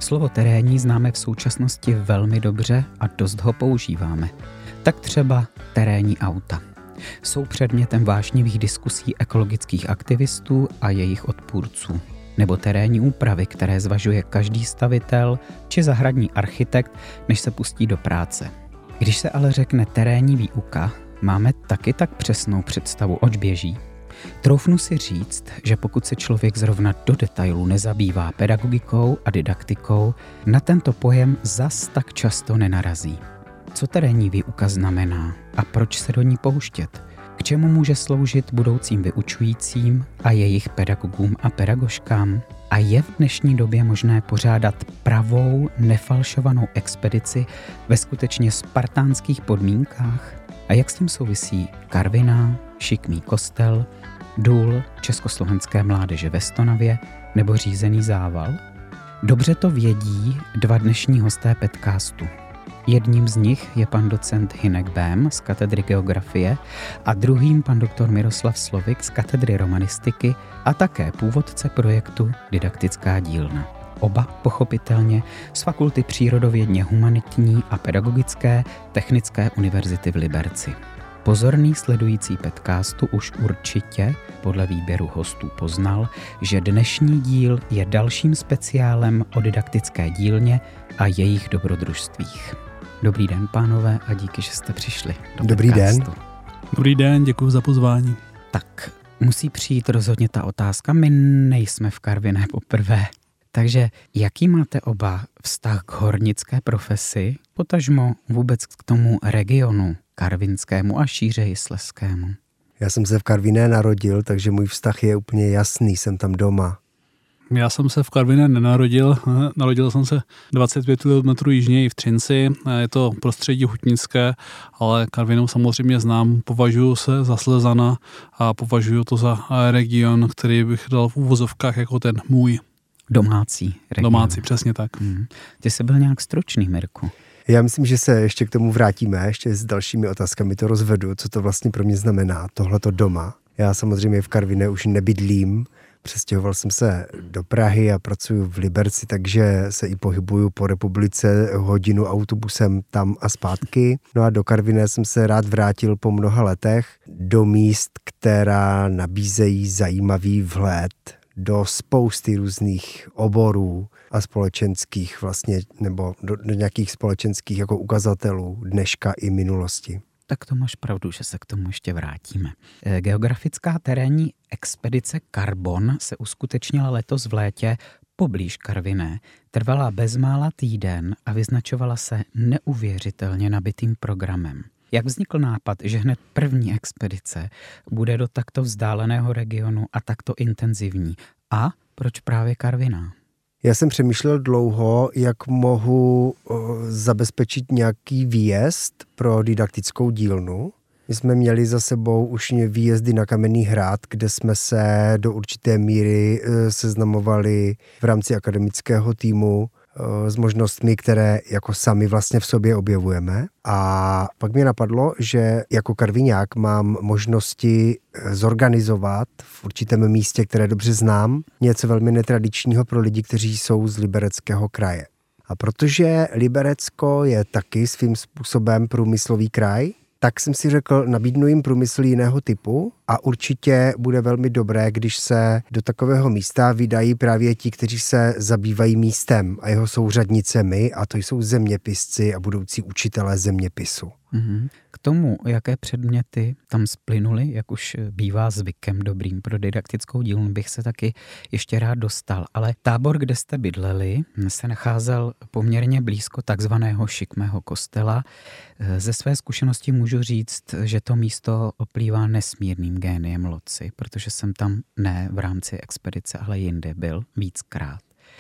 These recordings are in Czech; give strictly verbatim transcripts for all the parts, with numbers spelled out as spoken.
Slovo terénní známe v současnosti velmi dobře a dost ho používáme. Tak třeba terénní auta. Jsou předmětem vášnivých diskusí ekologických aktivistů a jejich odpůrců. Nebo terénní úpravy, které zvažuje každý stavitel či zahradní architekt, než se pustí do práce. Když se ale řekne terénní výuka, máme taky tak přesnou představu, oč běží. Troufnu si říct, že pokud se člověk zrovna do detailu nezabývá pedagogikou a didaktikou, na tento pojem zas tak často nenarazí. Co terénní výuka znamená a proč se do ní pouštět? K čemu může sloužit budoucím vyučujícím a jejich pedagogům a pedagožkám? A je v dnešní době možné pořádat pravou, nefalšovanou expedici ve skutečně spartánských podmínkách? A jak s tím souvisí Karviná, šikmý kostel, důl Československé mládeže ve Stonavě nebo řízený zával? Dobře to vědí dva dnešní hosté podcastu. Jedním z nich je pan docent Hynek Bém z katedry geografie a druhým pan doktor Miroslav Slovik z katedry romanistiky a také původce projektu Didaktická dílna. Oba pochopitelně z fakulty přírodovědně humanitní a pedagogické Technické univerzity v Liberci. Pozorný sledující podcastu už určitě podle výběru hostů poznal, že dnešní díl je dalším speciálem o didaktické dílně a jejich dobrodružstvích. Dobrý den, pánové, a díky, že jste přišli do Dobrý podcastu. den. Dobrý den, děkuji za pozvání. Tak, musí přijít rozhodně ta otázka. My nejsme v Karviné poprvé. Takže jaký máte oba vztah k hornické profesi, potažmo vůbec k tomu regionu karvinskému a šířeji slezskému? Já jsem se v Karviné narodil, takže můj vztah je úplně jasný, jsem tam doma. Já jsem se v Karviné nenarodil, narodil jsem se dvacet pět kilometrů jižněji v Třinci, je to prostředí hutnické, ale Karvinou samozřejmě znám, považuji se za Slezana a považuji to za region, který bych dal v úvozovkách jako ten můj. Domácí region. Domácí, přesně tak. Hmm. Ty jsi byl nějak stručný, Mirku. Já myslím, že se ještě k tomu vrátíme, ještě s dalšími otázkami to rozvedu, co to vlastně pro mě znamená, tohleto doma. Já samozřejmě v Karviné už nebydlím, přestěhoval jsem se do Prahy a pracuji v Liberci, takže se i pohybuju po republice hodinu autobusem tam a zpátky. No a do Karviné jsem se rád vrátil po mnoha letech do míst, která nabízejí zajímavý vhled do spousty různých oborů a společenských vlastně, nebo do, do nějakých společenských jako ukazatelů dneška i minulosti. Tak to máš pravdu, že se k tomu ještě vrátíme. Geografická terénní expedice Karbon se uskutečnila letos v létě poblíž Karviné. Trvala bezmála týden a vyznačovala se neuvěřitelně nabitým programem. Jak vznikl nápad, že hned první expedice bude do takto vzdáleného regionu a takto intenzivní? A proč právě Karviná? Já jsem přemýšlel dlouho, jak mohu o, zabezpečit nějaký výjezd pro didaktickou dílnu. My jsme měli za sebou už výjezdy na Kamenný hrad, kde jsme se do určité míry e, seznamovali v rámci akademického týmu e, s možnostmi, které jako sami vlastně v sobě objevujeme. A pak mě napadlo, že jako karviňák mám možnosti zorganizovat v určitém místě, které dobře znám, něco velmi netradičního pro lidi, kteří jsou z Libereckého kraje. A protože Liberecko je taky svým způsobem průmyslový kraj, tak jsem si řekl, nabídnu jim průmysl jiného typu a určitě bude velmi dobré, když se do takového místa vydají právě ti, kteří se zabývají místem a jeho souřadnicemi, a to jsou zeměpisci a budoucí učitelé zeměpisu. Mm-hmm. K tomu, jaké předměty tam splynuly, jak už bývá zvykem dobrým pro didaktickou dílnu, bych se taky ještě rád dostal. Ale tábor, kde jste bydleli, se nacházel poměrně blízko takzvaného šikmého kostela. Ze své zkušenosti můžu říct, že to místo oplývá nesmírným géniem loci, protože jsem tam ne v rámci expedice, ale jinde byl víckrát.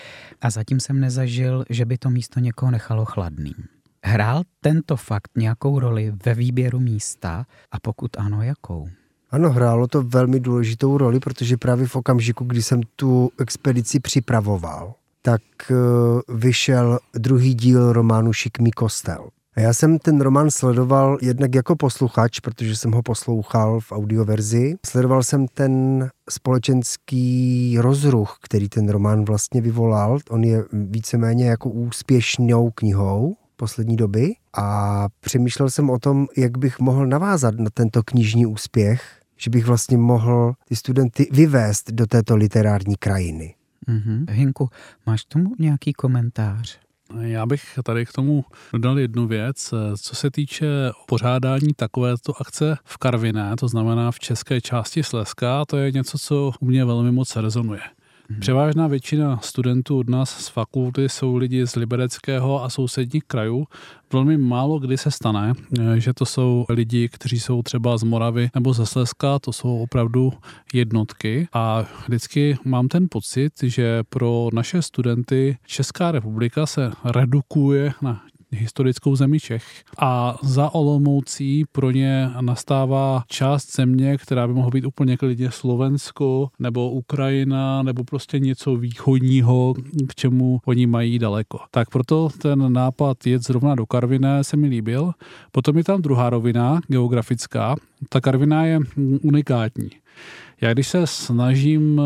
A zatím jsem nezažil, že by to místo někoho nechalo chladným. Hrál tento fakt nějakou roli ve výběru místa a pokud ano, jakou? Ano, hrálo to velmi důležitou roli, protože právě v okamžiku, kdy jsem tu expedici připravoval, tak vyšel druhý díl románu Šikmý kostel. A já jsem ten román sledoval jednak jako posluchač, protože jsem ho poslouchal v audioverzi. Sledoval jsem ten společenský rozruch, který ten román vlastně vyvolal. On je víceméně jako úspěšnou knihou poslední doby a přemýšlel jsem o tom, jak bych mohl navázat na tento knižní úspěch, že bych vlastně mohl ty studenty vyvést do této literární krajiny. Mm-hmm. Hinku, máš k tomu nějaký komentář? Já bych tady k tomu dodal jednu věc. Co se týče pořádání takovéto akce v Karviné, to znamená v české části Slezska, to je něco, co u mě velmi moc rezonuje. Hmm. Převážná většina studentů od nás z fakulty jsou lidi z Libereckého a sousedních krajů. Velmi málo kdy se stane, že to jsou lidi, kteří jsou třeba z Moravy nebo ze Slezska, to jsou opravdu jednotky a vždycky mám ten pocit, že pro naše studenty Česká republika se redukuje na historickou zemi Čech a za Olomoucí pro ně nastává část země, která by mohla být úplně klidně Slovensko nebo Ukrajina nebo prostě něco východního, k čemu oni mají daleko. Tak proto ten nápad jet zrovna do Karviné se mi líbil. Potom je tam druhá rovina, geografická. Ta Karviná je unikátní. Já když se snažím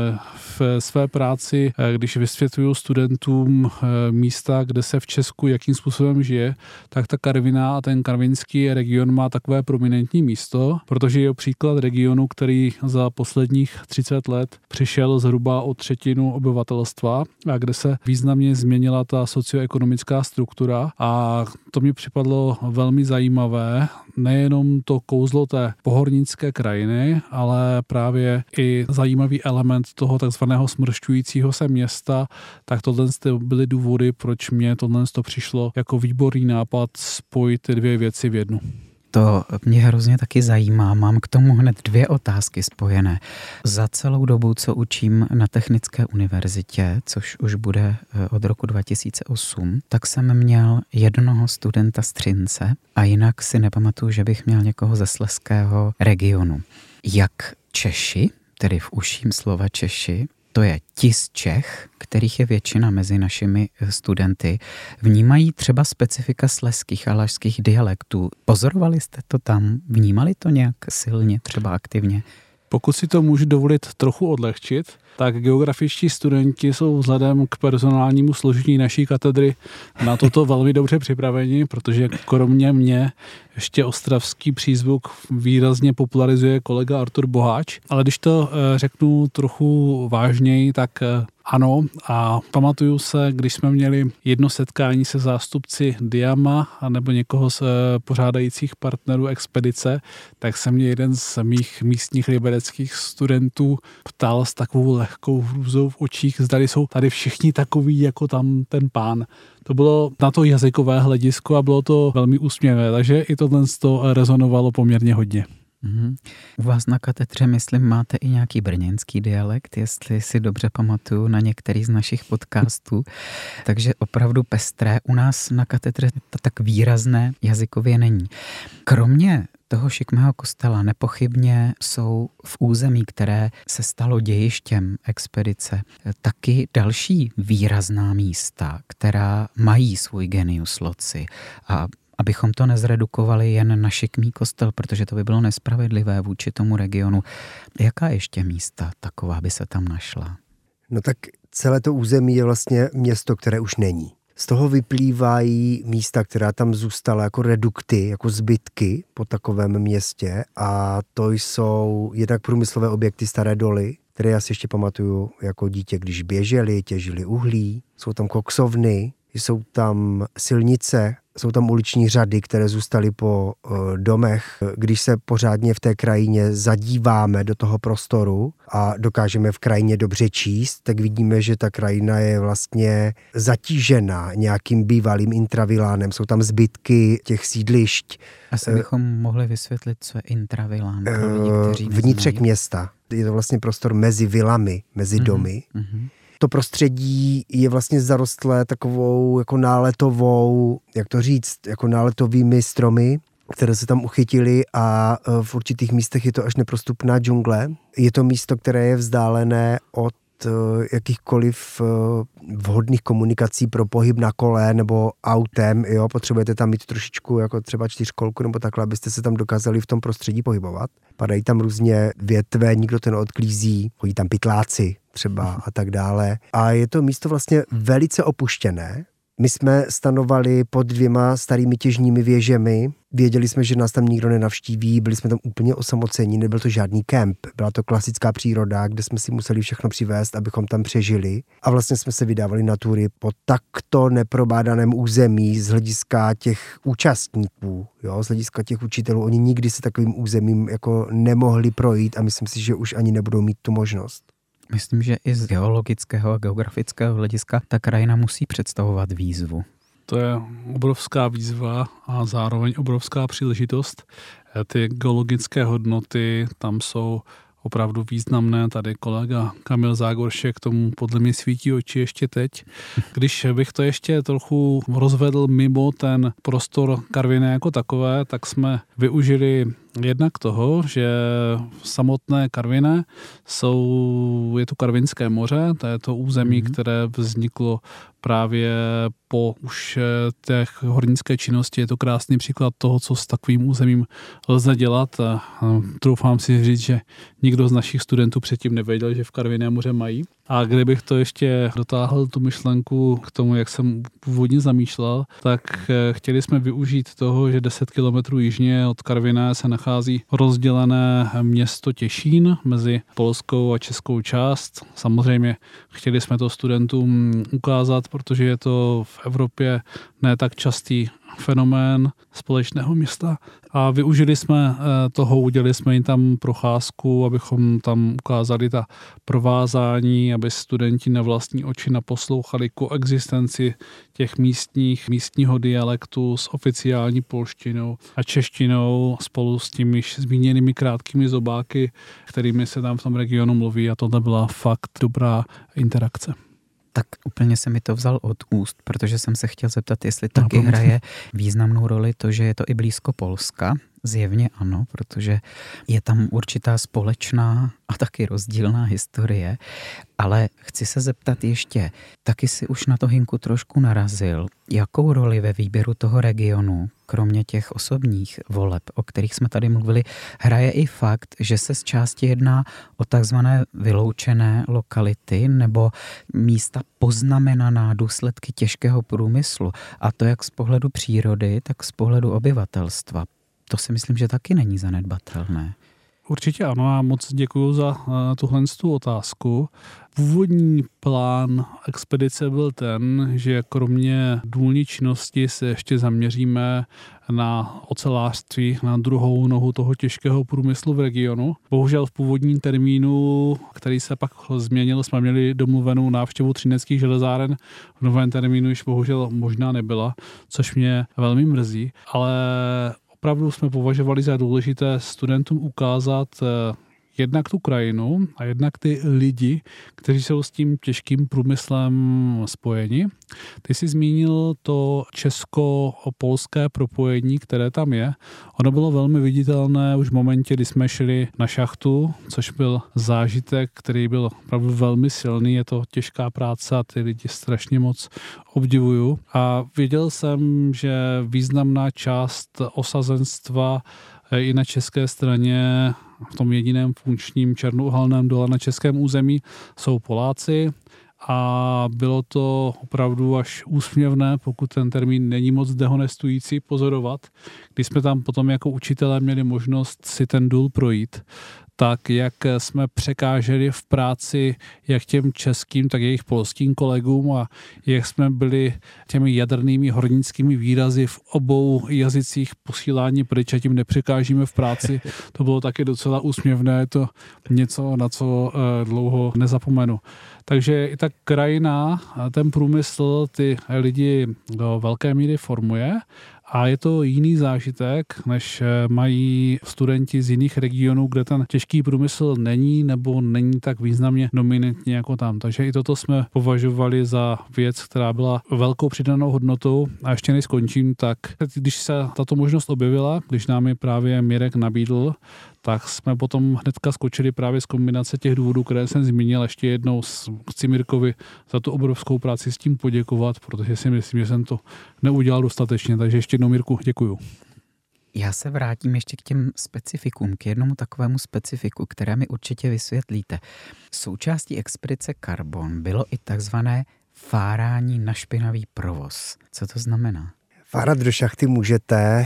v své práci, když vysvětluju studentům místa, kde se v Česku jakým způsobem žije, tak ta Karviná a ten karvinský region má takové prominentní místo, protože je příklad regionu, který za posledních třicet let přišel zhruba o třetinu obyvatelstva a kde se významně změnila ta socioekonomická struktura a to mi připadlo velmi zajímavé, nejenom to kouzlo té pohornické krajiny, ale právě i zajímavý element toho takzvaného smršťujícího se města, tak tohle byly důvody, proč mě tohle přišlo jako výborný nápad spojit ty dvě věci v jednu. To mě hrozně taky zajímá. Mám k tomu hned dvě otázky spojené. Za celou dobu, co učím na Technické univerzitě, což už bude od roku dva tisíce osm, tak jsem měl jednoho studenta z Třince a jinak si nepamatuju, že bych měl někoho ze slezského regionu. Jak Češi, tedy v užším slova Češi, to je ti z Čech, kterých je většina mezi našimi studenty, vnímají třeba specifika slezských a lašských dialektů. Pozorovali jste to tam? Vnímali to nějak silně, třeba aktivně? Pokud si to můžu dovolit trochu odlehčit, tak geografičtí studenti jsou vzhledem k personálnímu složení naší katedry na toto velmi dobře připraveni, protože kromě mě ještě ostravský přízvuk výrazně popularizuje kolega Artur Boháč. Ale když to řeknu trochu vážněji, tak ano, a pamatuju se, když jsme měli jedno setkání se zástupci Diama nebo někoho z pořádajících partnerů expedice, tak se mě jeden z mých místních libereckých studentů ptal s takovou lehkou hrůzou v očích, zdali jsou tady všichni takový jako tam ten pán. To bylo na to jazykové hledisko a bylo to velmi úsměvé, takže i tohle to rezonovalo poměrně hodně. Mm-hmm. U vás na katedře, myslím, máte i nějaký brněnský dialekt, jestli si dobře pamatuju na některý z našich podcastů. Takže opravdu pestré. U nás na katedře to tak výrazné jazykově není. Kromě toho šikmého kostela nepochybně jsou v území, které se stalo dějištěm expedice, taky další výrazná místa, která mají svůj genius loci. A abychom to nezredukovali jen na šikmý kostel, protože to by bylo nespravedlivé vůči tomu regionu. Jaká ještě místa taková by se tam našla? No tak celé to území je vlastně město, které už není. Z toho vyplývají místa, která tam zůstala jako redukty, jako zbytky po takovém městě a to jsou jednak průmyslové objekty Staré Doly, které já si ještě pamatuju jako dítě, když běželi, těžili uhlí, jsou tam koksovny, jsou tam silnice, jsou tam uliční řady, které zůstaly po uh, domech. Když se pořádně v té krajině zadíváme do toho prostoru a dokážeme v krajině dobře číst, tak vidíme, že ta krajina je vlastně zatížena nějakým bývalým intravilánem. Jsou tam zbytky těch sídlišť. Asi bychom uh, mohli vysvětlit, co je intravilán pro lidi, kteří neznají. Vnitřek města. Je to vlastně prostor mezi vilami, mezi mm-hmm. domy. Mm-hmm. To prostředí je vlastně zarostlé takovou jako náletovou, jak to říct, jako náletovými stromy, které se tam uchytily a v určitých místech je to až neprostupná džungle. Je to místo, které je vzdálené od jakýchkoliv vhodných komunikací pro pohyb na kole nebo autem, jo, potřebujete tam mít trošičku jako třeba čtyřkolku nebo takhle, abyste se tam dokázali v tom prostředí pohybovat. Padají tam různě větve, nikdo ten odklízí, chodí tam pytláci třeba a tak dále. A je to místo vlastně velice opuštěné. My jsme stanovali pod dvěma starými těžními věžemi. Věděli jsme, že nás tam nikdo nenavštíví, byli jsme tam úplně osamocení, nebyl to žádný kemp. Byla to klasická příroda, kde jsme si museli všechno přivést, abychom tam přežili. A vlastně jsme se vydávali na tury po takto neprobádaném území z hlediska těch účastníků, jo, z hlediska těch učitelů. Oni nikdy se takovým územím jako nemohli projít a myslím si, že už ani nebudou mít tu možnost. Myslím, že i z geologického a geografického hlediska ta krajina musí představovat výzvu. To je obrovská výzva a zároveň obrovská příležitost. Ty geologické hodnoty tam jsou opravdu významné. Tady kolega Kamil Zágoršek k tomu podle mě svítí oči ještě teď. Když bych to ještě trochu rozvedl mimo ten prostor Karviné jako takové, tak jsme využili jednak toho, že samotné Karviné jsou, je to Karvinské moře, to je to území, mm-hmm. které vzniklo právě po už těch hornické činnosti. Je to krásný příklad toho, co s takovým územím lze dělat. A troufám si říct, že nikdo z našich studentů předtím nevěděl, že v Karviné moře mají. A kdybych to ještě dotáhl tu myšlenku k tomu, jak jsem původně zamýšlel, tak chtěli jsme využít toho, že deset kilometrů jižně od Karviné se nachází rozdělené město Těšín mezi polskou a českou část. Samozřejmě chtěli jsme to studentům ukázat, protože je to v Evropě ne tak častý fenomén společného města. A využili jsme toho, udělali jsme jim tam procházku, abychom tam ukázali ta provázání, aby studenti na vlastní oči naposlouchali koexistenci těch místních, místního dialektu s oficiální polštinou a češtinou spolu s těmi zmíněnými krátkými zobáky, kterými se tam v tom regionu mluví, a tohle byla fakt dobrá interakce. Tak úplně se mi to vzal od úst, protože jsem se chtěl zeptat, jestli taky no, hraje významnou roli to, že je to i blízko Polska. Zjevně ano, protože je tam určitá společná a taky rozdílná historie. Ale chci se zeptat ještě, taky si už na to, Hynku, trošku narazil, jakou roli ve výběru toho regionu, kromě těch osobních voleb, o kterých jsme tady mluvili, hraje i fakt, že se z části jedná o takzvané vyloučené lokality nebo místa poznamenaná důsledky těžkého průmyslu, a to jak z pohledu přírody, tak z pohledu obyvatelstva. To si myslím, že taky není zanedbatelné. Určitě ano, a moc děkuji za uh, tuhle otázku. Původní plán expedice byl ten, že kromě důlní činnosti se ještě zaměříme na ocelářství, na druhou nohu toho těžkého průmyslu v regionu. Bohužel v původním termínu, který se pak změnil, jsme měli domluvenou návštěvu třineckých železáren. V novém termínu již bohužel možná nebyla, což mě velmi mrzí, ale opravdu jsme považovali za důležité studentům ukázat jednak tu krajinu a jednak ty lidi, kteří jsou s tím těžkým průmyslem spojeni. Ty jsi zmínil to česko-polské propojení, které tam je. Ono bylo velmi viditelné už v momentě, kdy jsme šli na šachtu, což byl zážitek, který byl opravdu velmi silný. Je to těžká práce a ty lidi strašně moc obdivuju. A viděl jsem, že významná část osazenstva i na české straně v tom jediném funkčním černouhelném dole na českém území jsou Poláci a bylo to opravdu až úsměvné, pokud ten termín není moc dehonestující, pozorovat. Když jsme tam potom jako učitelé měli možnost si ten důl projít, tak jak jsme překáželi v práci jak těm českým, tak jejich polským kolegům a jak jsme byli těmi jadrnými hornickými výrazy v obou jazycích posílání pryč a tím nepřekážíme v práci. To bylo taky docela úsměvné, je to něco, na co dlouho nezapomenu. Takže i ta krajina, ten průmysl ty lidi do velké míry formuje A je to jiný zážitek, než mají studenti z jiných regionů, kde ten těžký průmysl není nebo není tak významně dominantní jako tam. Takže i toto jsme považovali za věc, která byla velkou přidanou hodnotou. A ještě než skončím, tak když se tato možnost objevila, když nám ji právě Mirek nabídl, tak jsme potom hnedka skočili právě z kombinace těch důvodů, které jsem zmínil. Ještě jednou chci Mirkovi za tu obrovskou práci s tím poděkovat, protože si myslím, že jsem to neudělal dostatečně. Takže ještě jednou, Mirku, děkuju. Já se vrátím ještě k těm specifikům, k jednomu takovému specifiku, které mi určitě vysvětlíte. Součástí expedice Karbon bylo i takzvané fárání na špinavý provoz. Co to znamená? Fárat do šachty můžete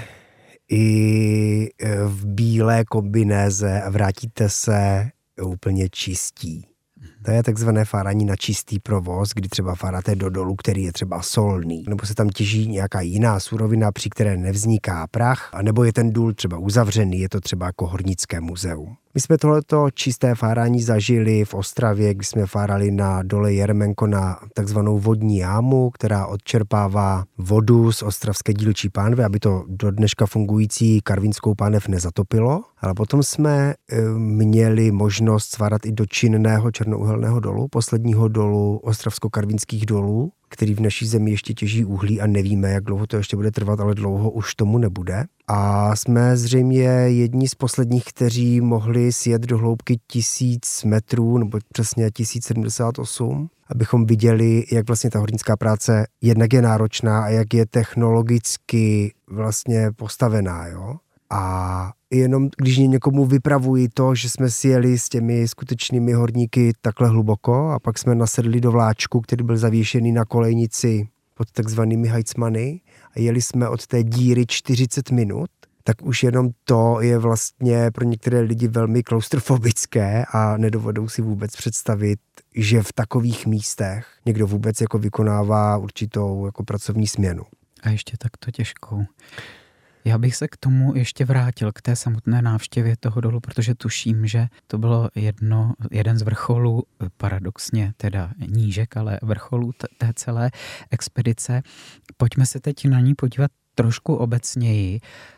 i v bílé kombinéze a vrátíte se úplně čistí. To je takzvané fárání na čistý provoz, kdy třeba fáráte do dolu, který je třeba solný, nebo se tam těží nějaká jiná surovina, při které nevzniká prach, a nebo je ten důl třeba uzavřený, je to třeba jako hornické muzeum. My jsme tohleto čisté fárání zažili v Ostravě, kdy jsme fárali na dole Jermenko na takzvanou vodní jámu, která odčerpává vodu z ostravské dílčí pánve, aby to do dneška fungující karvinskou pánev nezatopilo. Ale potom jsme měli možnost svárat i do činného černouhelného dolu, posledního dolu ostravsko-karvinských dolů, který v naší zemi ještě těží uhlí a nevíme, jak dlouho to ještě bude trvat, ale dlouho už tomu nebude. A jsme zřejmě jedni z posledních, kteří mohli sjet do hloubky tisíc metrů, nebo přesně tisíc sedmdesát osm, abychom viděli, jak vlastně ta hornická práce jednak je náročná a jak je technologicky vlastně postavená, jo. A jenom když někomu vypravuji to, že jsme si jeli s těmi skutečnými horníky takhle hluboko a pak jsme nasedli do vláčku, který byl zavěšený na kolejnici pod takzvanými hajcmany a jeli jsme od té díry čtyřicet minut, tak už jenom to je vlastně pro některé lidi velmi klaustrofobické a nedovedou si vůbec představit, že v takových místech někdo vůbec jako vykonává určitou jako pracovní směnu. A ještě takto těžkou. Já bych se k tomu ještě vrátil, k té samotné návštěvě toho dolu, protože tuším, že to bylo jedno, jeden z vrcholů, paradoxně teda nížek, ale vrcholů t- té celé expedice. Pojďme se teď na ní podívat trošku obecněji.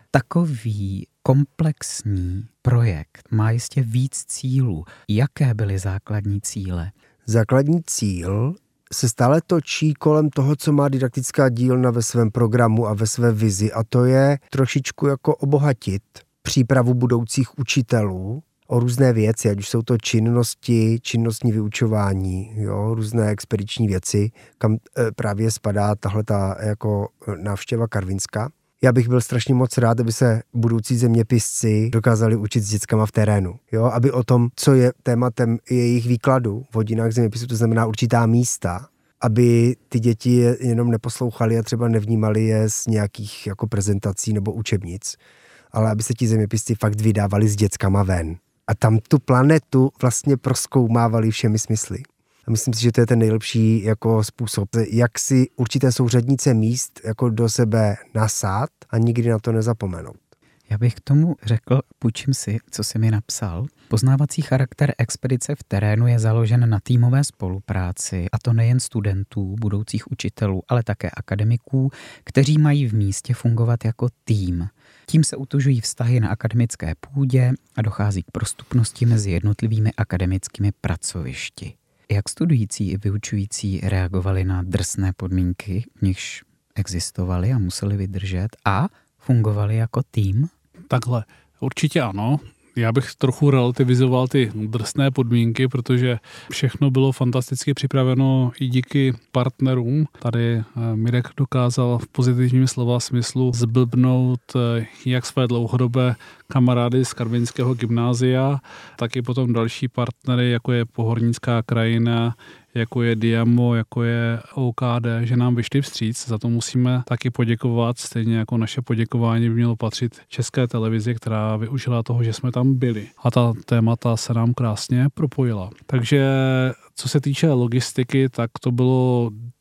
Takový komplexní projekt má jistě víc cílů. Jaké byly základní cíle? Základní cíl se stále točí kolem toho, co má didaktická dílna ve svém programu a ve své vizi, a to je trošičku jako obohatit přípravu budoucích učitelů o různé věci, ať už jsou to činnosti, činnostní vyučování, jo, různé expediční věci, kam e, právě spadá tahleta jako návštěva karvinská. Já bych byl strašně moc rád, aby se budoucí zeměpisci dokázali učit s dětskama v terénu. Jo? Aby o tom, co je tématem jejich výkladu v hodinách zeměpisu, to znamená určitá místa, aby ty děti je jenom neposlouchali a třeba nevnímali je z nějakých jako prezentací nebo učebnic, ale aby se ti zeměpisci fakt vydávali s dětskama ven. A tam tu planetu vlastně prozkoumávali všemi smysly. A myslím si, že to je ten nejlepší jako způsob, jak si určité souřadnice míst jako do sebe nasát a nikdy na to nezapomenout. Já bych k tomu řekl, půjčím si, co jsi mi napsal. Poznávací charakter expedice v terénu je založen na týmové spolupráci, a to nejen studentů, budoucích učitelů, ale také akademiků, kteří mají v místě fungovat jako tým. Tím se utužují vztahy na akademické půdě a dochází k prostupnosti mezi jednotlivými akademickými pracovišti. Jak studující i vyučující reagovali na drsné podmínky, v nichž existovaly a museli vydržet, a fungovali jako tým? Takhle, určitě ano. Já bych trochu relativizoval ty drsné podmínky, protože všechno bylo fantasticky připraveno i díky partnerům. Tady Mirek dokázal v pozitivním slova smyslu zblbnout jak své dlouhodobé kamarády z karvinského gymnázia, tak i potom další partnery, jako je Pohornická krajina, jako je Diamo, jako je O K D, že nám vyšli vstříc. Za to musíme taky poděkovat, stejně jako naše poděkování by mělo patřit České televizi, která využila toho, že jsme tam byli. A ta témata se nám krásně propojila. Takže co se týče logistiky, tak to bylo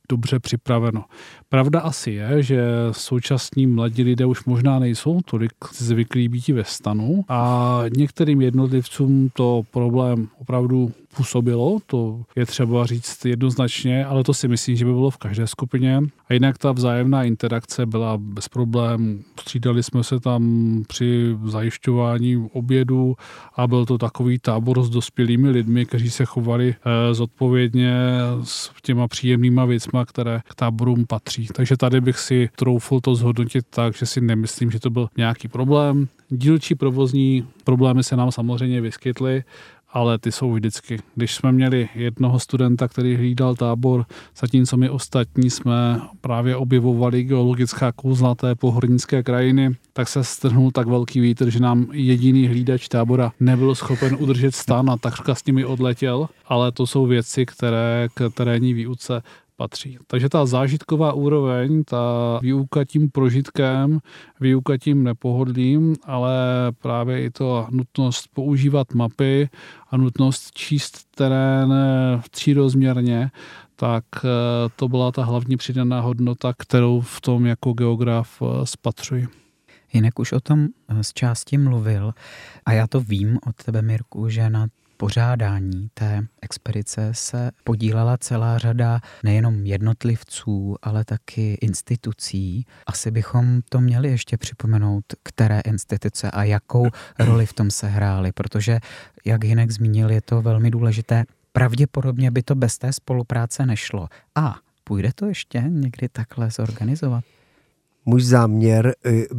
dobře připraveno. Pravda asi je, že současní mladí lidé už možná nejsou tolik zvyklí být ve stanu a některým jednotlivcům to problém opravdu působilo, to je třeba říct jednoznačně, ale to si myslím, že by bylo v každé skupině. A jinak ta vzájemná interakce byla bez problémů. Střídali jsme se tam při zajišťování obědu a byl to takový tábor s dospělými lidmi, kteří se chovali eh, zodpovědně s těma příjemnýma věcma, které k táborům patří. Takže tady bych si troufl to zhodnotit tak, že si nemyslím, že to byl nějaký problém. Dílčí provozní problémy se nám samozřejmě vyskytly, ale ty jsou vždycky. Když jsme měli jednoho studenta, který hlídal tábor, zatímco my ostatní jsme právě objevovali geologická kouzla té pohornické krajiny, tak se strhnul tak velký vítr, že nám jediný hlídač tábora nebyl schopen udržet stan a takřka s nimi odletěl, ale to jsou věci, které k terénní výuce patří. Takže ta zážitková úroveň, ta výuka tím prožitkem, výuka tím nepohodlím, ale právě i to nutnost používat mapy a nutnost číst terén třírozměrně, tak to byla ta hlavní přidaná hodnota, kterou v tom jako geograf spatřuji. Jinak už o tom z části mluvil a já to vím od tebe, Mirku, že na pořádání té expedice se podílela celá řada nejenom jednotlivců, ale taky institucí. Asi bychom to měli ještě připomenout, které instituce a jakou roli v tom sehrály, protože, jak Hynek zmínil, je to velmi důležité. Pravděpodobně by to bez té spolupráce nešlo. A půjde to ještě někdy takhle zorganizovat? Můj záměr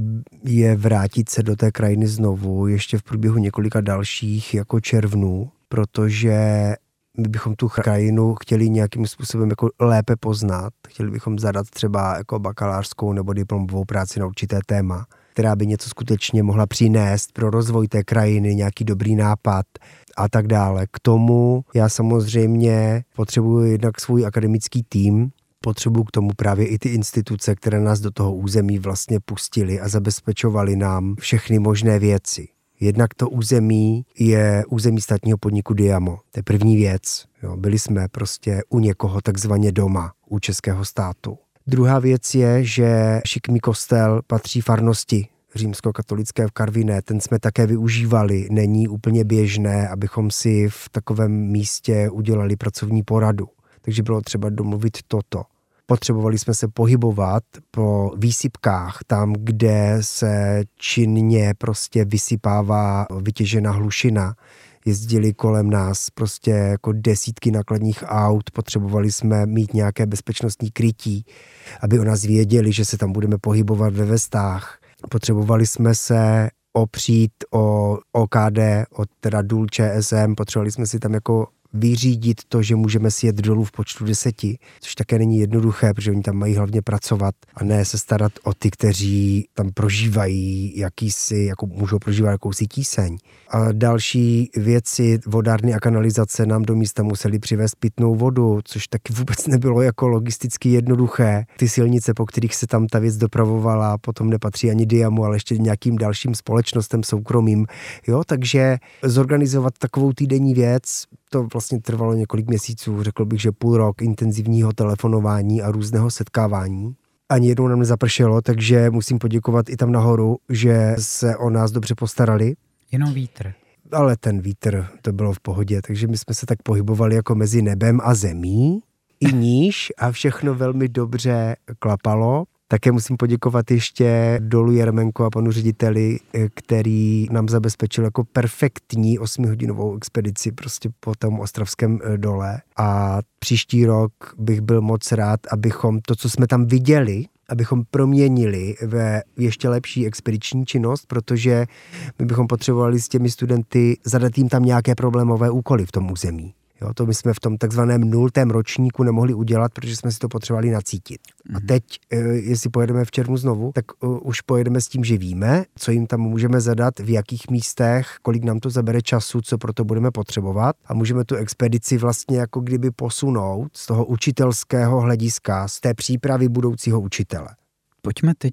je vrátit se do té krajiny znovu ještě v průběhu několika dalších jako červnů, protože my bychom tu krajinu chtěli nějakým způsobem jako lépe poznat. Chtěli bychom zadat třeba jako bakalářskou nebo diplomovou práci na určité téma, která by něco skutečně mohla přinést pro rozvoj té krajiny, nějaký dobrý nápad a tak dále. K tomu já samozřejmě potřebuji jednak svůj akademický tým, potřebuji k tomu právě i ty instituce, které nás do toho území vlastně pustily a zabezpečovaly nám všechny možné věci. Jednak to území je území státního podniku Diamo. To je první věc. Jo, byli jsme prostě u někoho takzvaně doma, u českého státu. Druhá věc je, že šikmý kostel patří farnosti římskokatolické v Karviné. Ten jsme také využívali. Není úplně běžné, abychom si v takovém místě udělali pracovní poradu. Takže bylo třeba domluvit toto. Potřebovali jsme se pohybovat po výsypkách, tam, kde se činně prostě vysypává vytěžená hlušina. Jezdili kolem nás prostě jako desítky nákladních aut, potřebovali jsme mít nějaké bezpečnostní krytí, aby o nás věděli, že se tam budeme pohybovat ve vestách. Potřebovali jsme se opřít o O K D, od teda důl Č S M, potřebovali jsme si tam jako vyřídit to, že můžeme si jet dolů v počtu deseti, což také není jednoduché, protože oni tam mají hlavně pracovat a ne se starat o ty, kteří tam prožívají jakýsi, jako můžou prožívat jakousi tíseň. A další věci, vodárny a kanalizace nám do místa museli přivést pitnou vodu, což taky vůbec nebylo jako logisticky jednoduché. Ty silnice, po kterých se tam ta věc dopravovala, potom nepatří ani Diamu, ale ještě nějakým dalším společnostem soukromým. Jo, takže zorganizovat takovou týdenní věc, to vlastně trvalo několik měsíců, řekl bych, že půl rok intenzivního telefonování a různého setkávání. Ani jednou nám nezapršelo, takže musím poděkovat i tam nahoru, že se o nás dobře postarali. Jenom vítr. Ale ten vítr, to bylo v pohodě, takže my jsme se tak pohybovali jako mezi nebem a zemí, i níž a všechno velmi dobře klapalo. Také musím poděkovat ještě Dolu Jermenko a panu řediteli, který nám zabezpečil jako perfektní osmihodinovou expedici prostě po tom ostravském dole. A příští rok bych byl moc rád, abychom to, co jsme tam viděli, abychom proměnili ve ještě lepší expediční činnost, protože my bychom potřebovali s těmi studenty zadat jim tam nějaké problémové úkoly v tom území. Jo, to my jsme v tom takzvaném nultém ročníku nemohli udělat, protože jsme si to potřebovali nacítit. Mm. A teď, jestli pojedeme v červnu znovu, tak už pojedeme s tím, že víme, co jim tam můžeme zadat, v jakých místech, kolik nám to zabere času, co pro to budeme potřebovat a můžeme tu expedici vlastně jako kdyby posunout z toho učitelského hlediska, z té přípravy budoucího učitele. Pojďme teď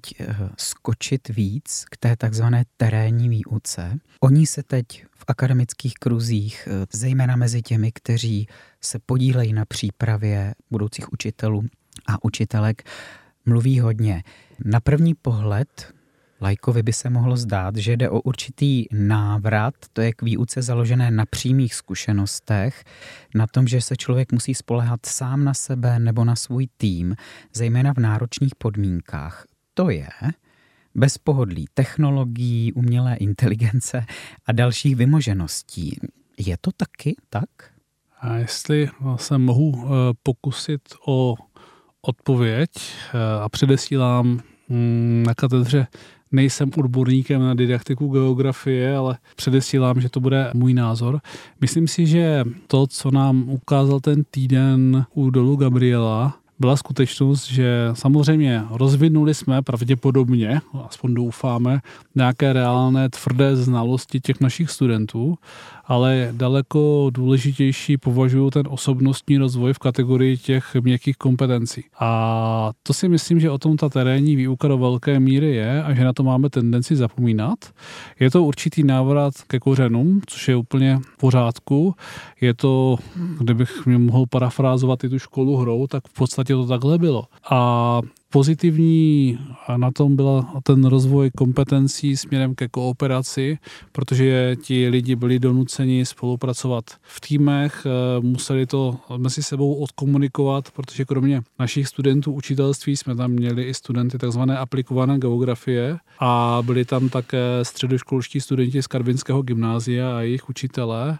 skočit víc k té takzvané terénní výuce. O ní se teď v akademických kruzích, zejména mezi těmi, kteří se podílejí na přípravě budoucích učitelů, a učitelek mluví hodně. Na první pohled laikovi by se mohlo zdát, že jde o určitý návrat, to je k výuce založené na přímých zkušenostech, na tom, že se člověk musí spoléhat sám na sebe nebo na svůj tým, zejména v náročných podmínkách. To je bez pohodlí technologií, umělé inteligence a dalších vymožeností. Je to taky tak? A jestli se mohu pokusit o odpověď a předesílám, na katedře nejsem odborníkem na didaktiku geografie, ale předesílám, že to bude můj názor. Myslím si, že to, co nám ukázal ten týden u dolu Gabriela, byla skutečnost, že samozřejmě rozvinuli jsme pravděpodobně, aspoň doufáme, nějaké reálné tvrdé znalosti těch našich studentů, ale daleko důležitější považuji ten osobnostní rozvoj v kategorii těch měkkých kompetencí. A to si myslím, že o tom ta terénní výuka do velké míry je a že na to máme tendenci zapomínat. Je to určitý návrat ke kořenům, což je úplně v pořádku. Je to, kdybych mě mohl parafrázovat i tu školu hrou, tak v podstatě to takhle bylo. A pozitivní na tom byla ten rozvoj kompetencí směrem ke kooperaci, protože ti lidi byli donuceni spolupracovat v týmech, museli to mezi sebou odkomunikovat, protože kromě našich studentů učitelství jsme tam měli i studenty takzvané aplikované geografie a byli tam také středoškolští studenti z Karvinského gymnázia a jejich učitelé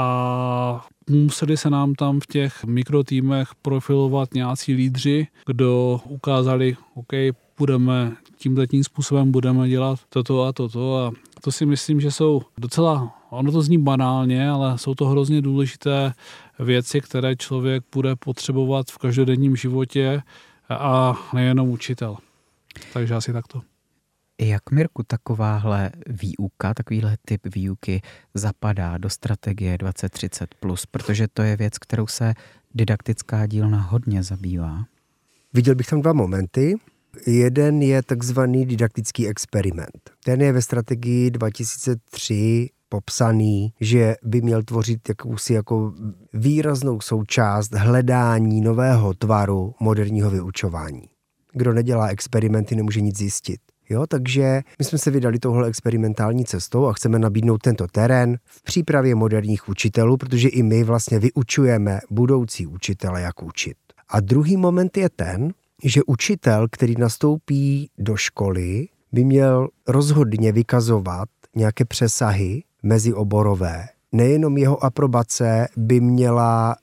a museli se nám tam v těch mikrotýmech profilovat nějací lídři, kdo ukázali, OK, budeme tímhletím způsobem budeme dělat toto a toto a to si myslím, že jsou docela, ono to zní banálně, ale jsou to hrozně důležité věci, které člověk bude potřebovat v každodenním životě a nejenom učitel. Takže asi takto. Jak, Mirku, takováhle výuka, takovýhle typ výuky zapadá do strategie dvacet třicet plus, protože to je věc, kterou se didaktická dílna hodně zabývá? Viděl bych tam dva momenty. Jeden je takzvaný didaktický experiment. Ten je ve strategii dva tisíce tři popsaný, že by měl tvořit jakousi jako výraznou součást hledání nového tvaru moderního vyučování. Kdo nedělá experimenty, nemůže nic zjistit. Jo, takže my jsme se vydali touhle experimentální cestou a chceme nabídnout tento terén v přípravě moderních učitelů, protože i my vlastně vyučujeme budoucí učitele, jak učit. A druhý moment je ten, že učitel, který nastoupí do školy, by měl rozhodně vykazovat nějaké přesahy mezioborové. Nejenom jeho aprobace by měla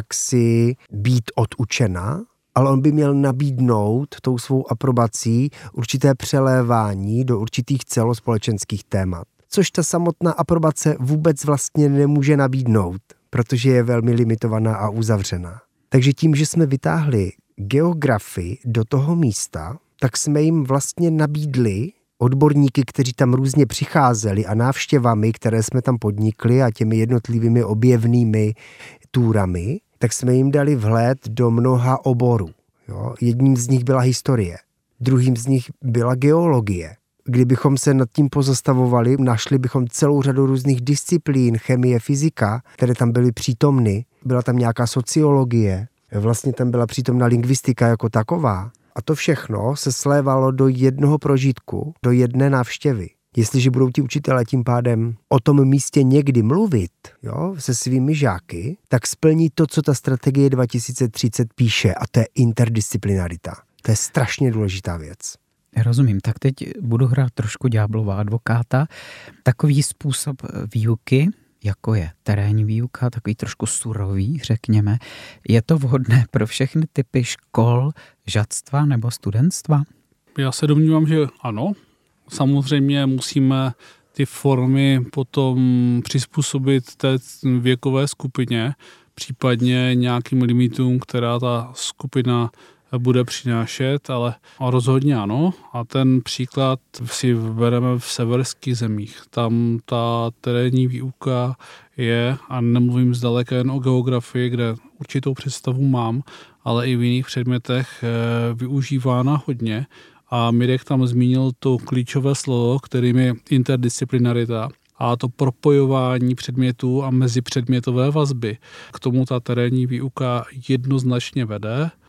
jaksi být odučena, ale on by měl nabídnout tou svou aprobací určité přelévání do určitých celospolečenských témat. Což ta samotná aprobace vůbec vlastně nemůže nabídnout, protože je velmi limitovaná a uzavřená. Takže tím, že jsme vytáhli geografii do toho místa, tak jsme jim vlastně nabídli odborníky, kteří tam různě přicházeli a návštěvami, které jsme tam podnikli a těmi jednotlivými objevnými túrami, tak jsme jim dali vhled do mnoha oborů. Jo? Jedním z nich byla historie, druhým z nich byla geologie. Kdybychom se nad tím pozastavovali, našli bychom celou řadu různých disciplín, chemie, fyzika, které tam byly přítomny. Byla tam nějaká sociologie, vlastně tam byla přítomna lingvistika jako taková. A to všechno se slévalo do jednoho prožitku, do jedné návštěvy. Jestliže budou ti učitelé tím pádem o tom místě někdy mluvit, jo, se svými žáky, tak splní to, co ta strategie dva tisíce třicet píše, a to je interdisciplinarita. To je strašně důležitá věc. Rozumím, tak teď budu hrát trošku ďáblova advokáta. Takový způsob výuky, jako je terénní výuka, takový trošku surový, řekněme, je to vhodné pro všechny typy škol, žadstva nebo studentstva? Já se domnívám, že ano. Samozřejmě musíme ty formy potom přizpůsobit té věkové skupině, případně nějakým limitům, která ta skupina bude přinášet, ale rozhodně ano. A ten příklad si bereme v severských zemích. Tam ta terénní výuka je, a nemluvím zdaleka jen o geografii, kde určitou představu mám, ale i v jiných předmětech využívána hodně. A Mirek tam zmínil to klíčové slovo, kterým je interdisciplinarita. A to propojování předmětů a mezipředmětové vazby. K tomu ta terénní výuka jednoznačně vede.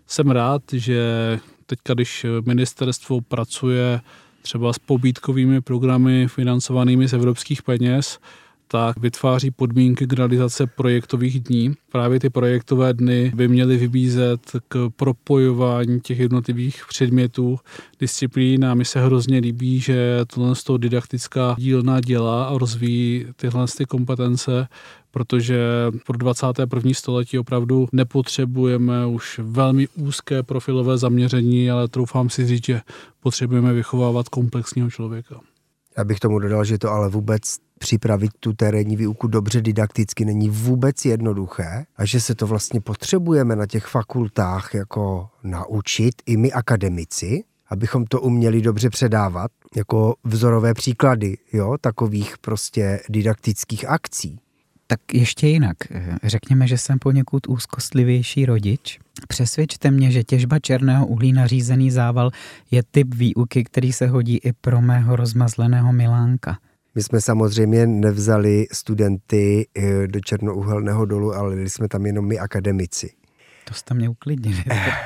jsem rád, že teďka, když ministerstvo pracuje třeba s pobídkovými programy financovanými z evropských peněz, tak vytváří podmínky k realizace projektových dní. Právě ty projektové dny by měly vybízet k propojování těch jednotlivých předmětů, disciplín a mi se hrozně líbí, že tohle z toho didaktická dílna dělá a rozvíjí tyhle ty kompetence, protože pro dvacáté první století opravdu nepotřebujeme už velmi úzké profilové zaměření, ale troufám si říct, že potřebujeme vychovávat komplexního člověka. Já bych tomu dodal, že to ale vůbec připravit tu terénní výuku dobře didakticky není vůbec jednoduché a že se to vlastně potřebujeme na těch fakultách jako naučit i my akademici, abychom to uměli dobře předávat jako vzorové příklady, jo, takových prostě didaktických akcí. Tak ještě jinak. Řekněme, že jsem poněkud úzkostlivější rodič. Přesvědčte mě, že těžba černého uhlí na řízený zával je typ výuky, který se hodí i pro mého rozmazleného Milánka. My jsme samozřejmě nevzali studenty do černouhelného dolu, ale byli jsme tam jenom my akademici. To jste mě uklidnili.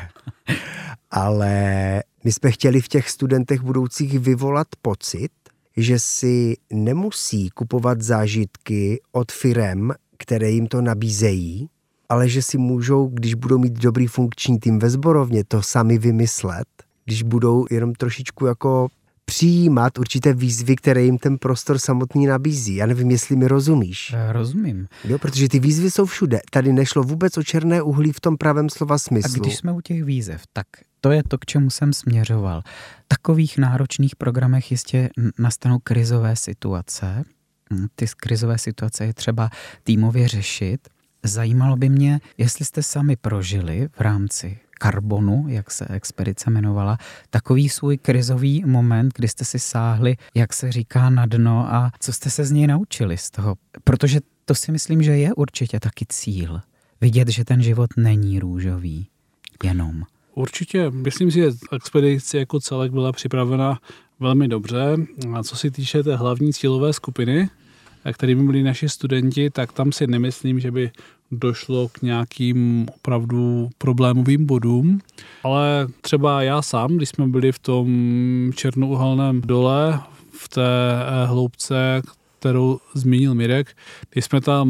Ale my jsme chtěli v těch studentech budoucích vyvolat pocit, že si nemusí kupovat zážitky od firem, které jim to nabízejí, ale že si můžou, když budou mít dobrý funkční tým ve sborovně, to sami vymyslet, když budou jenom trošičku jako přijímat určité výzvy, které jim ten prostor samotný nabízí. Já nevím, jestli mi rozumíš. Rozumím. Jo, protože ty výzvy jsou všude. Tady nešlo vůbec o černé uhlí v tom pravém slova smyslu. A když jsme u těch výzev, tak to je to, k čemu jsem směřoval. V takových náročných programech jistě nastanou krizové situace. Ty krizové situace je třeba týmově řešit. Zajímalo by mě, jestli jste sami prožili v rámci Karbonu, jak se expedice jmenovala, takový svůj krizový moment, kdy jste si sáhli, jak se říká, na dno a co jste se z něj naučili z toho. Protože to si myslím, že je určitě taky cíl. Vidět, že ten život není růžový. Jenom. Určitě. Myslím si, že expedice jako celek byla připravena velmi dobře. A co se týče té hlavní cílové skupiny, kterými byli naši studenti, tak tam si nemyslím, že by došlo k nějakým opravdu problémovým bodům. Ale třeba já sám, když jsme byli v tom černouhelném dole, v té hloubce, kterou zmínil Mirek, když jsme tam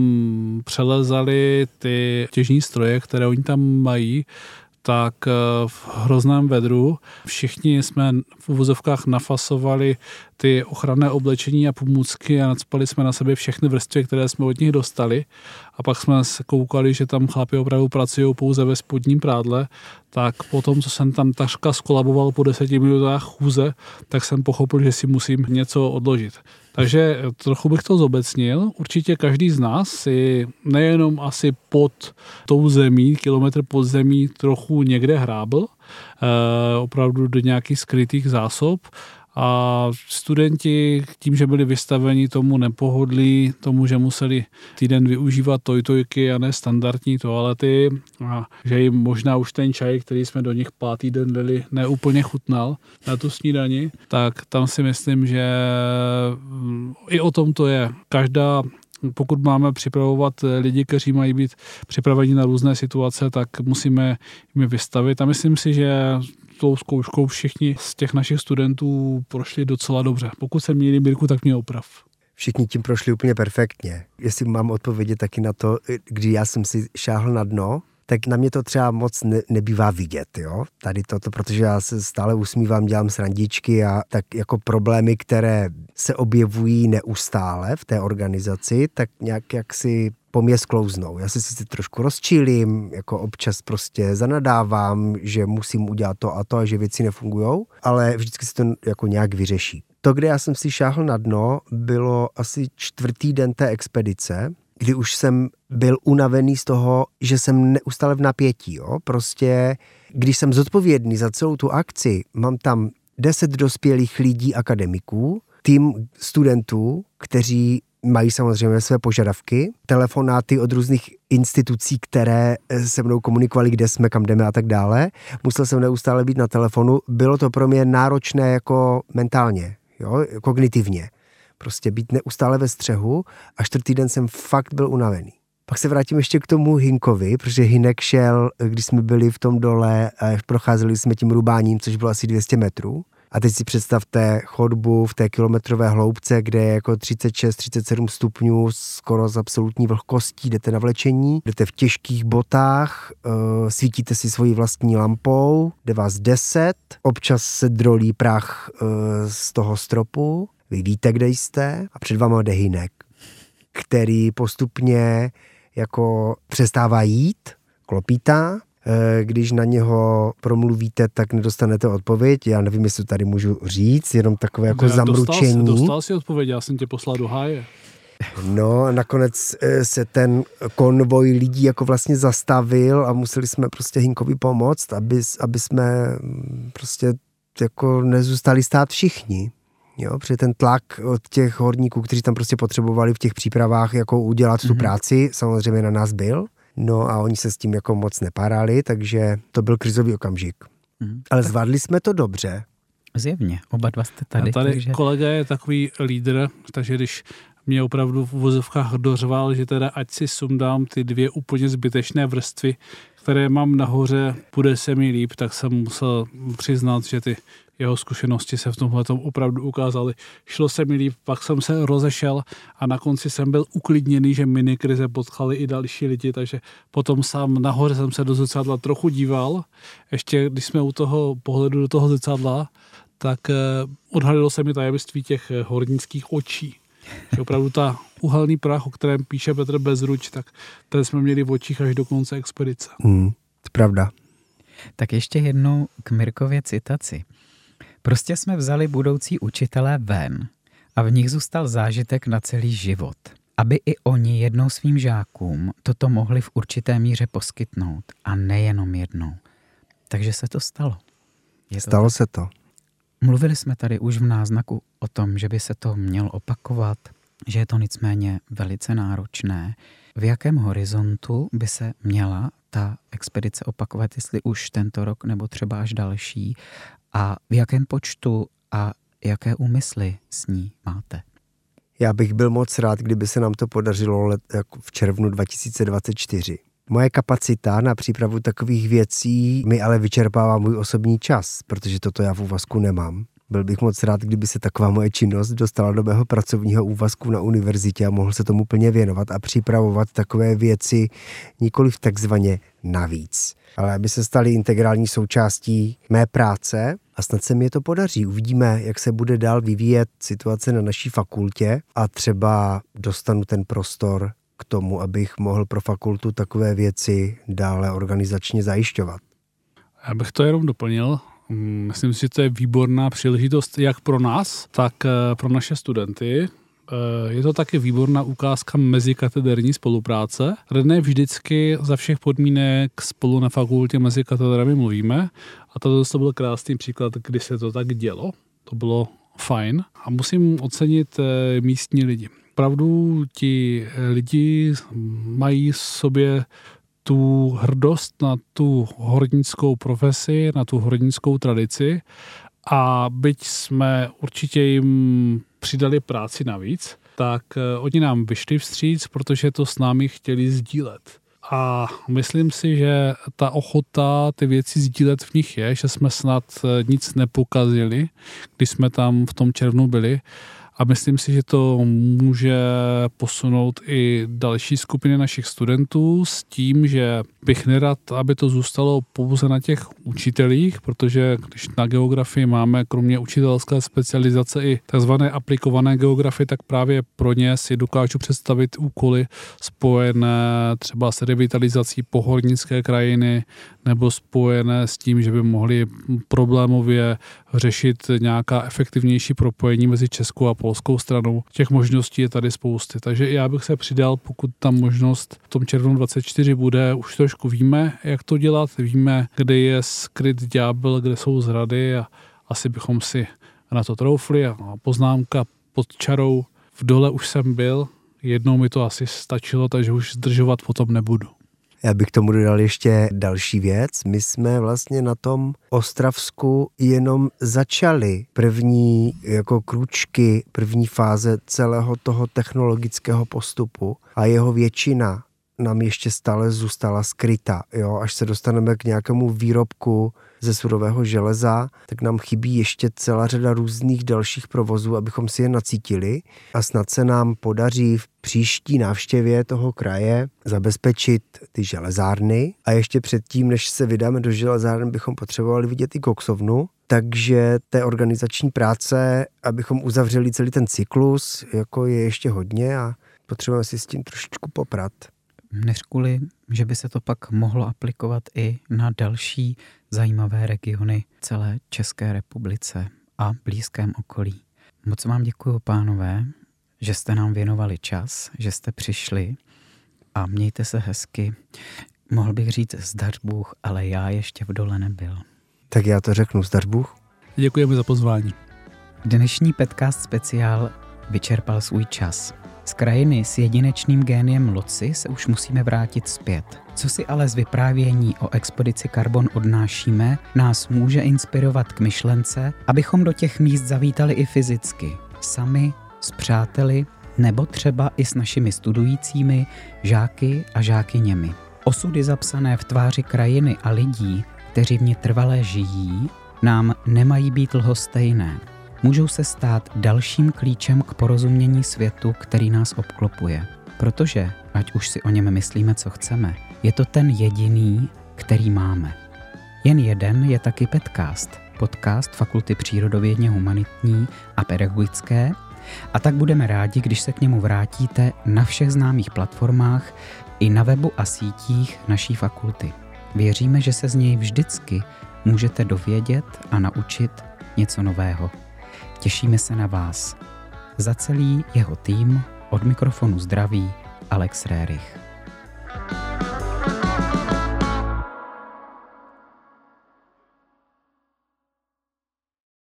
přelezali ty těžní stroje, které oni tam mají, tak v hrozném vedru všichni jsme v uvozovkách nafasovali ty ochranné oblečení a pomůcky a nacpali jsme na sebe všechny vrstvy, které jsme od nich dostali. A pak jsme se koukali, že tam chlapi opravdu pracují pouze ve spodním prádle, tak potom, co jsem tam takřka skolaboval po deseti minutách chůze, tak jsem pochopil, že si musím něco odložit. Takže trochu bych to zobecnil. Určitě každý z nás si nejenom asi pod tou zemí, kilometr pod zemí, trochu někde hrábl, eh, opravdu do nějakých skrytých zásob. A studenti tím, že byli vystaveni tomu nepohodlí, tomu, že museli týden využívat tojtojky a ne standardní toalety, a že jim možná už ten čaj, který jsme do nich pátý den dali, neúplně chutnal na tu snídani, tak tam si myslím, že i o tom to je. Každá, pokud máme připravovat lidi, kteří mají být připraveni na různé situace, tak musíme jim vystavit. A myslím si, že tou zkouškou všichni z těch našich studentů prošli docela dobře. Pokud se měli, Mirku, tak mě oprav. Všichni tím prošli úplně perfektně. Jestli mám odpovědět taky na to, kdy já jsem si šáhl na dno, tak na mě to třeba moc ne, nebývá vidět, jo. Tady toto, protože já se stále usmívám, dělám srandičky a tak jako problémy, které se objevují neustále v té organizaci, tak nějak jak si po mě sklouznou. Já se sice trošku rozčílím, jako občas prostě zanadávám, že musím udělat to a to a že věci nefungujou, ale vždycky se to jako nějak vyřeší. To, kde já jsem si šáhl na dno, bylo asi čtvrtý den té expedice, kdy už jsem byl unavený z toho, že jsem neustále v napětí. Jo? Prostě, když jsem zodpovědný za celou tu akci, mám tam deset dospělých lidí akademiků, tým studentů, kteří mají samozřejmě své požadavky, telefonáty od různých institucí, které se mnou komunikovali, kde jsme, kam jdeme a tak dále. Musel jsem neustále být na telefonu. Bylo to pro mě náročné jako mentálně, jo? Kognitivně. Prostě být neustále ve střehu a čtvrtý den jsem fakt byl unavený. Pak se vrátím ještě k tomu Hinkovi, protože Hinek šel, když jsme byli v tom dole, procházeli jsme tím rubáním, což bylo asi dvě stě metrů. A teď si představte chodbu v té kilometrové hloubce, kde je jako třicet šest třicet sedm stupňů, skoro s absolutní vlhkostí, jdete na vlečení, jdete v těžkých botách, svítíte si svojí vlastní lampou, jde vás deset, občas se drolí prach z toho stropu, vy víte, kde jste a před váma jde Hinek, který postupně jako přestává jít, klopítá. Když na něho promluvíte, tak nedostanete odpověď. Já nevím, jestli tady můžu říct, jenom takové jako já zamručení. Dostal, dostal si odpověď, já jsem tě poslal do háje. No a nakonec se ten konvoj lidí jako vlastně zastavil a museli jsme prostě Hinkovi pomoct, aby, aby jsme prostě jako nezůstali stát všichni. Jo, protože ten tlak od těch horníků, kteří tam prostě potřebovali v těch přípravách jako udělat mm-hmm. tu práci, samozřejmě na nás byl. No a oni se s tím jako moc nepárali, takže to byl krizový okamžik. Mm. Ale zvládli jsme to dobře. Zjevně, oba dva jste tady. A tady takže... kolega je takový lídr, takže když mě opravdu v uvozovkách dořval, že teda ať si sundám ty dvě úplně zbytečné vrstvy, které mám nahoře, bude se mi líp, tak jsem musel přiznat, že ty jeho zkušenosti se v tomhle opravdu ukázaly. Šlo se mi líp, pak jsem se rozešel a na konci jsem byl uklidněný, že minikrize potkali i další lidi, takže potom sám nahoře jsem se do zrcadla trochu díval. Ještě když jsme u toho pohledu do toho zrcadla, tak odhalilo se mi tajemství těch hornických očí. Že opravdu ta uhelný prach, o kterém píše Petr Bezruč, tak ten jsme měli v očích až do konce expedice. Hmm, to pravda. Tak ještě jednou k Mirkově citaci. Prostě jsme vzali budoucí učitelé ven a v nich zůstal zážitek na celý život, aby i oni jednou svým žákům toto mohli v určité míře poskytnout a nejenom jednou. Takže se to stalo. Je stalo to se to. Mluvili jsme tady už v náznaku o tom, že by se to mělo opakovat, že je to nicméně velice náročné. V jakém horizontu by se měla ta expedice opakovat, jestli už tento rok nebo třeba až další, a v jakém počtu a jaké úmysly s ní máte? Já bych byl moc rád, kdyby se nám to podařilo let, jako v červnu dva tisíce dvacet čtyři. Moje kapacita na přípravu takových věcí mi ale vyčerpává můj osobní čas, protože toto já v úvazku nemám. Byl bych moc rád, kdyby se taková moje činnost dostala do mého pracovního úvazku na univerzitě a mohl se tomu plně věnovat a připravovat takové věci nikoliv takzvaně navíc, ale aby se staly integrální součástí mé práce a snad se mi to podaří. Uvidíme, jak se bude dál vyvíjet situace na naší fakultě a třeba dostanu ten prostor k tomu, abych mohl pro fakultu takové věci dále organizačně zajišťovat. Já bych to jenom doplnil. Myslím si, že to je výborná příležitost jak pro nás, tak pro naše studenty. Je to taky výborná ukázka mezikatederní spolupráce, kde ne vždycky za všech podmínek spolu na fakultě mezi katedrami mluvíme. A to, to byl krásný příklad, kdy se to tak dělo. To bylo fajn. A musím ocenit místní lidi. Opravdu ti lidi mají v sobě tu hrdost na tu hornickou profesi, na tu hornickou tradici a byť jsme určitě jim přidali práci navíc, tak oni nám vyšli vstříc, protože to s námi chtěli sdílet. A myslím si, že ta ochota ty věci sdílet v nich je, že jsme snad nic nepokazili, když jsme tam v tom červnu byli. A myslím si, že to může posunout i další skupiny našich studentů s tím, že bych nerad, aby to zůstalo pouze na těch učitelích, protože když na geografii máme kromě učitelské specializace i takzvané aplikované geografie, tak právě pro ně si dokážu představit úkoly spojené třeba s revitalizací pohornické krajiny nebo spojené s tím, že by mohli problémově řešit nějaká efektivnější propojení mezi českou a polskou stranou. Těch možností je tady spousty. Takže já bych se přidal, pokud ta možnost v tom červnu dvacet čtyři bude, už trošku víme, jak to dělat, víme, kde je skryt ďábel, kde jsou zrady a asi bychom si na to troufli. A poznámka pod čarou, v dole už jsem byl, jednou mi to asi stačilo, takže už zdržovat potom nebudu. Já bych k tomu dodal ještě další věc. My jsme vlastně na tom Ostravsku jenom začali první jako krůčky, první fáze celého toho technologického postupu a jeho většina nám ještě stále zůstala skryta. Jo? Až se dostaneme k nějakému výrobku ze surového železa, tak nám chybí ještě celá řada různých dalších provozů, abychom si je nacítili a snad se nám podaří v příští návštěvě toho kraje zabezpečit ty železárny a ještě předtím, než se vydáme do železárny, bychom potřebovali vidět i koksovnu, takže té organizační práce, abychom uzavřeli celý ten cyklus, jako je ještě hodně a potřebujeme si s tím trošičku poprat. Neřkuli, že by se to pak mohlo aplikovat i na další zajímavé regiony celé České republice a blízkém okolí. Moc vám děkuji, pánové, že jste nám věnovali čas, že jste přišli a mějte se hezky. Mohl bych říct zdař Bůh, ale já ještě v dole nebyl. Tak já to řeknu, zdař Bůh. Děkujeme za pozvání. Dnešní podcast speciál vyčerpal svůj čas. Z krajiny s jedinečným géniem loci se už musíme vrátit zpět. Co si ale z vyprávění o expedici Karbon odnášíme, nás může inspirovat k myšlence, abychom do těch míst zavítali i fyzicky, sami, s přáteli, nebo třeba i s našimi studujícími, žáky a žákyněmi. Osudy zapsané v tváři krajiny a lidí, kteří v ní trvale žijí, nám nemají být lhostejné. Můžou se stát dalším klíčem k porozumění světu, který nás obklopuje. Protože, ať už si o něm myslíme, co chceme, je to ten jediný, který máme. Jen jeden je taky Petcast, podcast Fakulty přírodovědně humanitní a pedagogické, a tak budeme rádi, když se k němu vrátíte na všech známých platformách i na webu a sítích naší fakulty. Věříme, že se z něj vždycky můžete dovědět a naučit něco nového. Těšíme se na vás. Za celý jeho tým od mikrofonu zdraví Alex Rérich.